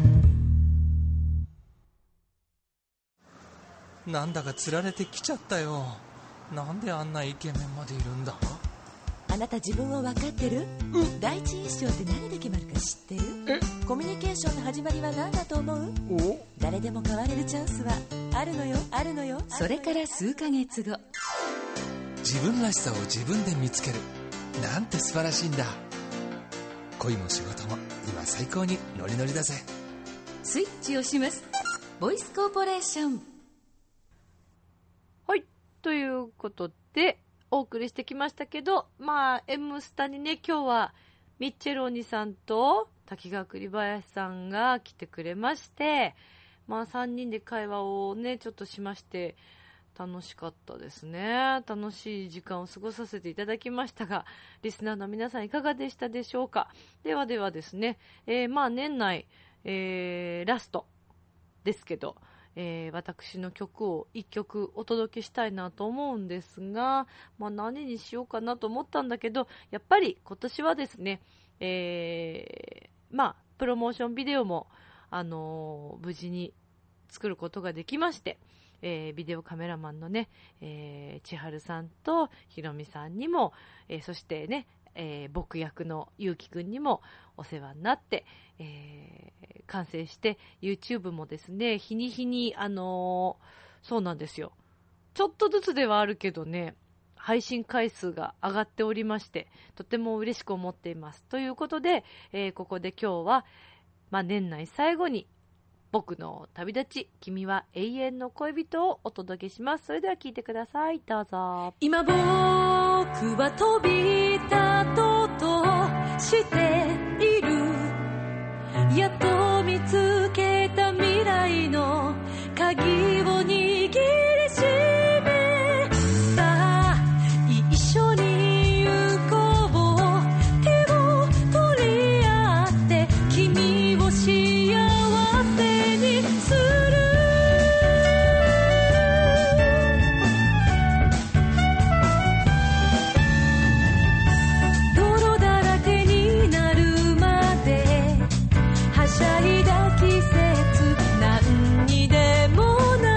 ン。なんだか釣られてきちゃったよ。なんであんなイケメンまでいるんだ？ あなた自分を分かってる？うん、第一印象って何で決まるか知ってる？え？コミュニケーションの始まりは何だと思う？お？誰でも変われるチャンスはあるのよ、あるのよ。 それから数ヶ月後、 自分らしさを自分で見つけるなんて素晴らしいんだ。恋も仕事も今最高にノリノリだぜ。 スイッチをします。ボイスコーポレーション。 はい、ということでお送りしてきましたけど、まあ M スタにね、今日はミッチェルお兄さんと滝川栗林さんが来てくれまして、まあさんにんで会話をねちょっとしまして、楽しかったですね。楽しい時間を過ごさせていただきましたが、リスナーの皆さんいかがでしたでしょうか。ではではですね、えー、まあ年内、えー、ラストですけど、えー、私の曲をいっきょくお届けしたいなと思うんですが、まあ、何にしようかなと思ったんだけど、やっぱり今年はですね、えー、まあプロモーションビデオも、あのー、無事に作ることができまして、えー、ビデオカメラマンのね、えー、千春さんとひろみさんにも、えー、そしてね、えー、僕役のゆうきくんにもお世話になって、えー、完成して YouTube もですね、日に日に、あのー、そうなんですよ、ちょっとずつではあるけどね、配信回数が上がっておりまして、とても嬉しく思っています。ということで、えー、ここで今日は、まあ、年内最後に僕の旅立ち、君は永遠の恋人をお届けします。それでは聞いてください。どうぞ。 今僕は飛び立とうとしている、やっと見つけた未来の鍵を握りしめ、さあ一緒に行こう、手を取り合って君を幸せにする。泥だらけになるまではしゃいだ季節、何にでもな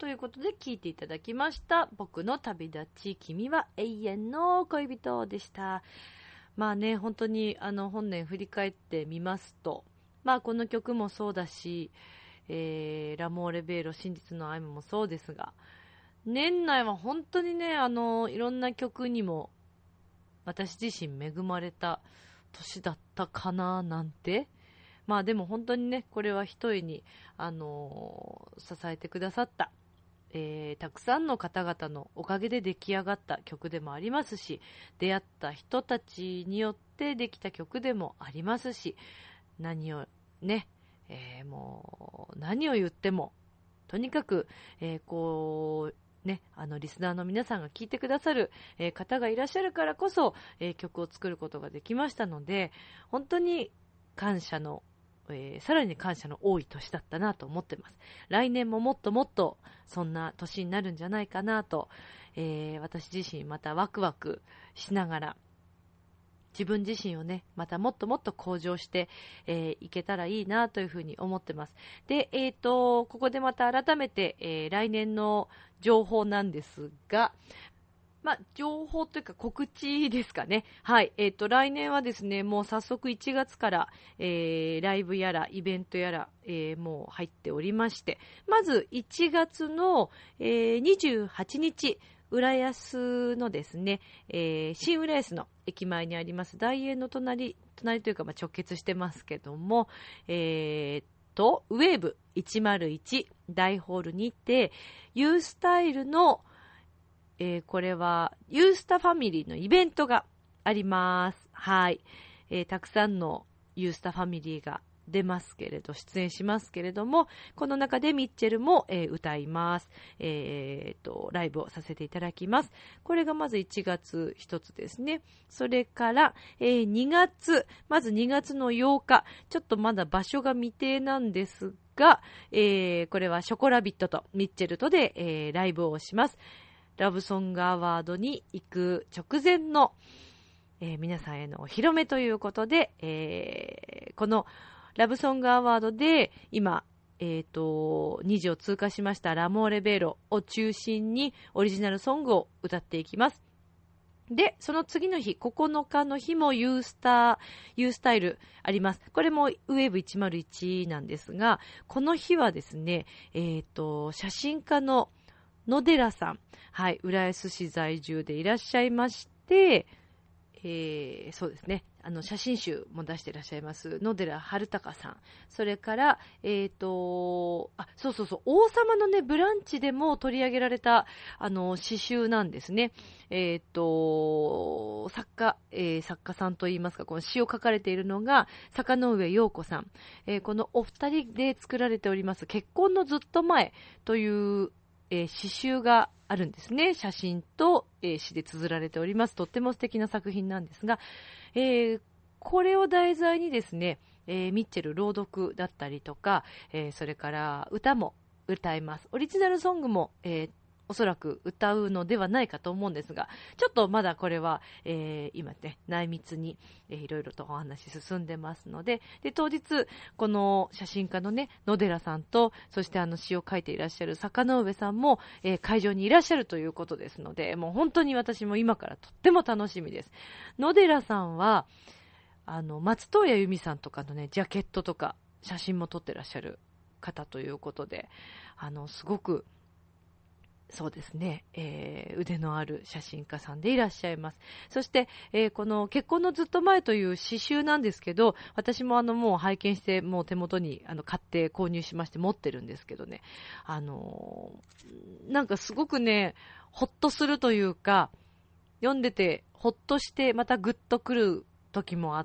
ということで聞いていただきました。僕の旅立ち、君は永遠の恋人でした。まあね、本当にあの本年振り返ってみますと、まあこの曲もそうだし、えー、ラモーレベーロ真実の愛もそうですが、年内は本当にね、あのいろんな曲にも私自身恵まれた年だったかななんて。まあでも本当にね、これは一重に、あのー、支えてくださった、えー、たくさんの方々のおかげで出来上がった曲でもありますし、出会った人たちによってできた曲でもありますし、何をね、えー、もう何を言ってもとにかく、えー、こうね、あのリスナーの皆さんが聞いてくださる、えー、方がいらっしゃるからこそ、えー、曲を作ることができましたので、本当に感謝の、えー、さらに感謝の多い年だったなと思ってます。来年ももっともっとそんな年になるんじゃないかなと、えー、私自身またワクワクしながら、自分自身をね、またもっともっと向上して、えー、いけたらいいなというふうに思ってます。で、えーと、ここでまた改めて、えー、来年の情報なんですが、まあ、情報というか告知ですかね。はい。えっと、来年はですね、もう早速いちがつから、えー、ライブやらイベントやら、えー、もう入っておりまして、まずいちがつの、えー、にじゅうはちにち、浦安のですね、えー、新浦安の駅前にあります大英の隣、隣というかまあ直結してますけども、えー、と、ウェーブいちまるいち大ホールにて、ユースタイルのえー、これはユースタファミリーのイベントがあります。はい、えー、たくさんのユースタファミリーが出ますけれど、出演しますけれども、この中でミッチェルも、えー、歌います、えー、とライブをさせていただきます。これがまずいちがつ一つですね。それから、えー、にがつ、まずにがつのようか、ちょっとまだ場所が未定なんですが、えー、これはショコラビットとミッチェルとで、えー、ライブをします。ラブソングアワードに行く直前の、えー、皆さんへのお披露目ということで、えー、このラブソングアワードで今、えーと、にじを通過しましたラモーレベーロを中心にオリジナルソングを歌っていきます。で、その次の日、ここのかの日もユースター、ユースタイルあります。これもウェーブいちまるいちなんですが、この日はですね、えーと、写真家の野寺さん、はい、浦安市在住でいらっしゃいまして、えー、そうですね、あの写真集も出していらっしゃいます野寺春隆さん、それからえっとあそうそうそう王様のねブランチでも取り上げられたあの詩集なんですね。えっと作家、えー、作家さんといいますか、この詩を書かれているのが坂上陽子さん、えー、このお二人で作られております結婚のずっと前というえー、詩集があるんですね。写真と、えー、詩で綴られております。とっても素敵な作品なんですが、えー、これを題材にですね、えー、ミッチェル朗読だったりとか、えー、それから歌も歌います。オリジナルソングも、えーおそらく歌うのではないかと思うんですが、ちょっとまだこれは、えー、今ね、内密に、えー、いろいろとお話進んでますので、で、当日、この写真家のね、野寺さんと、そしてあの詩を書いていらっしゃる坂上さんも、えー、会場にいらっしゃるということですので、もう本当に私も今からとっても楽しみです。野寺さんは、あの、松任谷由実さんとかのね、ジャケットとか、写真も撮ってらっしゃる方ということで、あの、すごく、そうですね、えー、腕のある写真家さんでいらっしゃいます。そして、えー、この結婚のずっと前という詩集なんですけど、私もあのもう拝見してもう手元にあの買って購入しまして持ってるんですけどね、あのー、なんかすごくねほっとするというか、読んでてほっとしてまたグッとくる時もあって、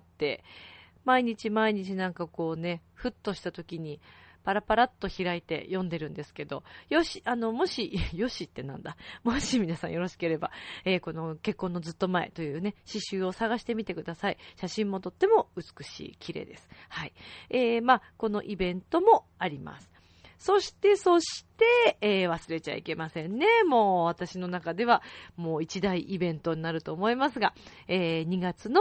毎日毎日なんかこうねふっとした時にパラパラっと開いて読んでるんですけど、よし、あの、もし、よしってなんだ。もし皆さんよろしければ、えー、この結婚のずっと前というね、詩集を探してみてください。写真もとっても美しい、綺麗です。はい。えー、まあ、このイベントもあります。そして、そして、えー、忘れちゃいけませんね。もう私の中ではもう一大イベントになると思いますが、えー、にがつの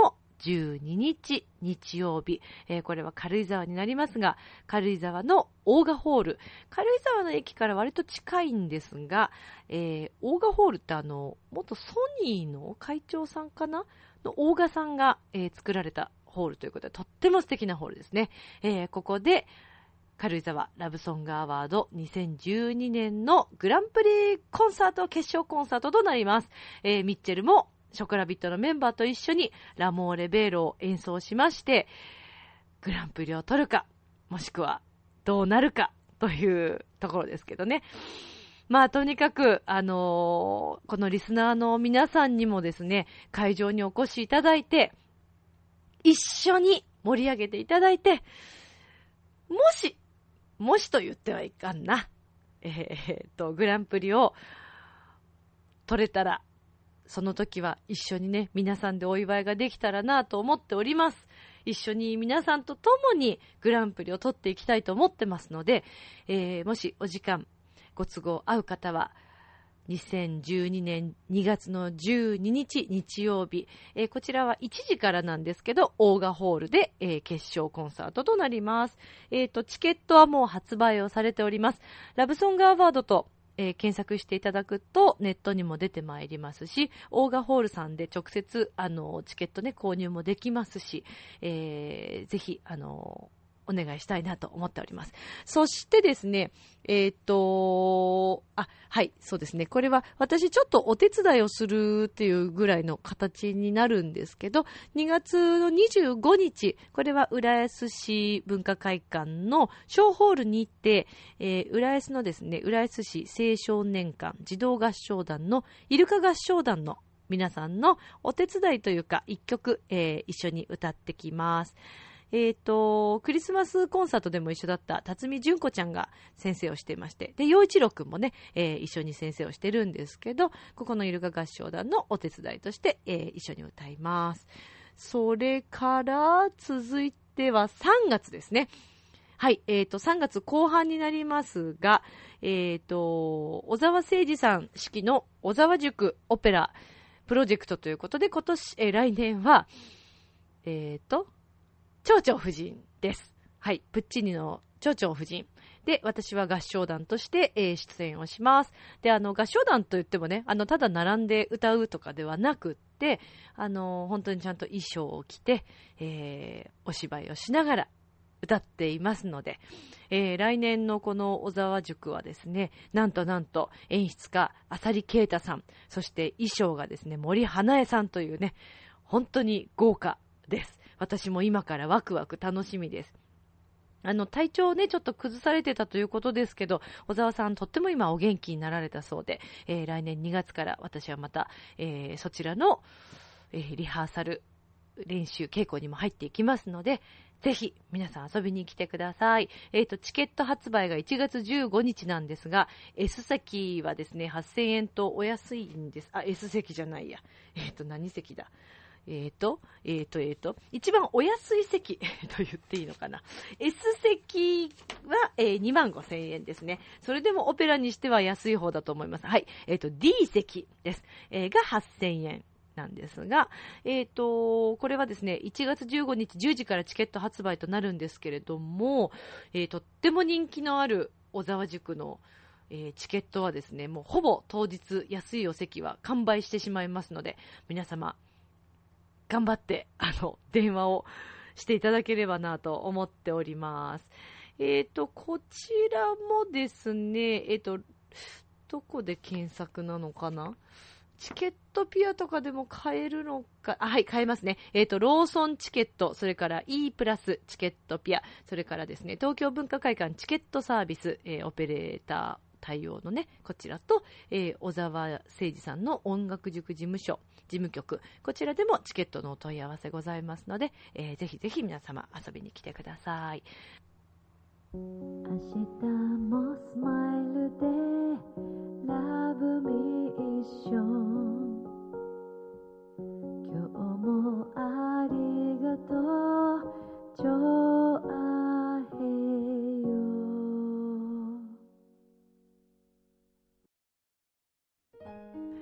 じゅうににち日曜日、えー、これは軽井沢になりますが、軽井沢のオーガホール、軽井沢の駅から割と近いんですが、えー、オーガホールってあの元ソニーの会長さんかなのオーガさんが、えー、作られたホールということで、とっても素敵なホールですね。えー、ここで軽井沢ラブソングアワードにせんじゅうにねんのグランプリコンサート決勝コンサートとなります。えー、ミッチェルもショコラビットのメンバーと一緒にラモーレベールを演奏しまして、グランプリを取るか、もしくはどうなるかというところですけどね。まあとにかく、あのー、このリスナーの皆さんにもですね、会場にお越しいただいて、一緒に盛り上げていただいて、もし、もしと言ってはいかんな、えー、っと、グランプリを取れたら、その時は一緒にね、皆さんでお祝いができたらなと思っております。一緒に皆さんと共にグランプリを取っていきたいと思ってますので、えー、もしお時間ご都合合う方はにせんじゅうにねんにがつのじゅうににち日曜日、えー、こちらはいちじからなんですけど、オーガホールで、えー、決勝コンサートとなります。えーと、チケットはもう発売をされております。ラブソングアワードとえー、検索していただくとネットにも出てまいりますし、オーガホールさんで直接あのチケットね購入もできますし、えー、ぜひあのお願いしたいなと思っております。そしてですね、えっと、あ、はい、そうですね。これは私ちょっとお手伝いをするっていうぐらいの形になるんですけど、にがつのにじゅうごにち、これは浦安市文化会館の小ホールに行って、えー、浦安のですね、浦安市青少年館児童合唱団のイルカ合唱団の皆さんのお手伝いというか、一曲、えー、一緒に歌ってきます。えっと、クリスマスコンサートでも一緒だった辰巳純子ちゃんが先生をしていまして、で、陽一郎くんもね、えー、一緒に先生をしてるんですけど、ここのイルカ合唱団のお手伝いとして、えー、一緒に歌います。それから続いてはさんがつですね。はい、えっと、さんがつこう半になりますが、えっと、小沢誠二さん指揮の小沢塾オペラプロジェクトということで、今年、えー、来年は、えっと、蝶々夫人です。はい。プッチーニの蝶々夫人。で、私は合唱団として、えー、出演をします。で、あの、合唱団といってもね、あの、ただ並んで歌うとかではなくって、あの、本当にちゃんと衣装を着て、えー、お芝居をしながら歌っていますので、えー、来年のこの小沢塾はですね、なんとなんと演出家、浅利啓太さん、そして衣装がですね、森花江さんというね、本当に豪華です。私も今からワクワク楽しみです。あの体調をねちょっと崩されてたということですけど、小沢さんとっても今お元気になられたそうで、えー、来年にがつから私はまた、えー、そちらの、えー、リハーサル練習稽古にも入っていきますので、ぜひ皆さん遊びに来てください。えーと、チケット発売がいちがつじゅうごにちなんですが、 S 席はですねはっせんえんとお安いんです。あ、 S 席じゃないや、えーと何席だ、えーと、えーと、えーと、一番お安い席と言っていいのかな。S 席は、えー、にまんごせんえんですね。それでもオペラにしては安い方だと思います。はい。えーと、D 席です。えー、がはっせんえんなんですが、えーと、これはですね、いちがつじゅうごにちじゅうじからチケット発売となるんですけれども、えー、とっても人気のある小沢塾のえー、チケットはですね、もうほぼ当日安いお席は完売してしまいますので、皆様、頑張ってあの電話をしていただければなと思っております。えっとこちらもですね、えっとどこで検索なのかな。チケットピアとかでも買えるのか。あ、はい、買えますね。えっとローソンチケット、それから E プラスチケットピア、それからですね東京文化会館チケットサービス、えー、オペレーター対応のね、こちらと、えー、小沢誠二さんの音楽塾事務所、事務局、こちらでもチケットのお問い合わせございますので、えー、ぜひぜひ皆様遊びに来てください。 明日もスマイルでラブミッション、今日もありがとうジョアヘヨ。 さ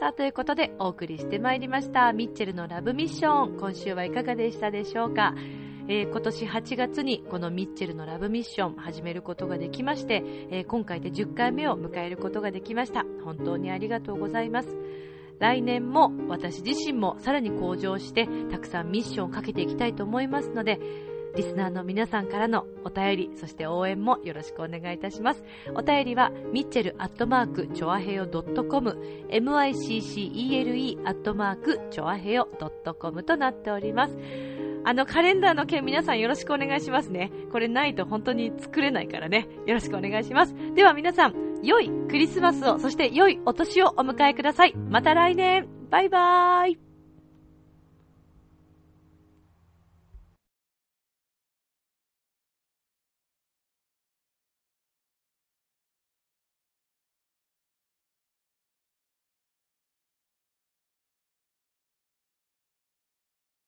さあ、ということでお送りしてまいりましたミッチェルのラブミッション。今週はいかがでしたでしょうか。えー、今年はちがつにこのミッチェルのラブミッション始めることができまして、えー、今回でじゅっかいめを迎えることができました。本当にありがとうございます。来年も私自身もさらに向上してたくさんミッションをかけていきたいと思いますので、リスナーの皆さんからのお便り、そして応援もよろしくお願いいたします。お便りはミッチェルアットマークチョアヘヨドットコム ミッチェル アットマークチョアヘヨドットコム となっております。あのカレンダーの件、皆さんよろしくお願いしますね。これないと本当に作れないからね、よろしくお願いします。では皆さん、良いクリスマスを、そして良いお年をお迎えください。また来年。バイバーイ。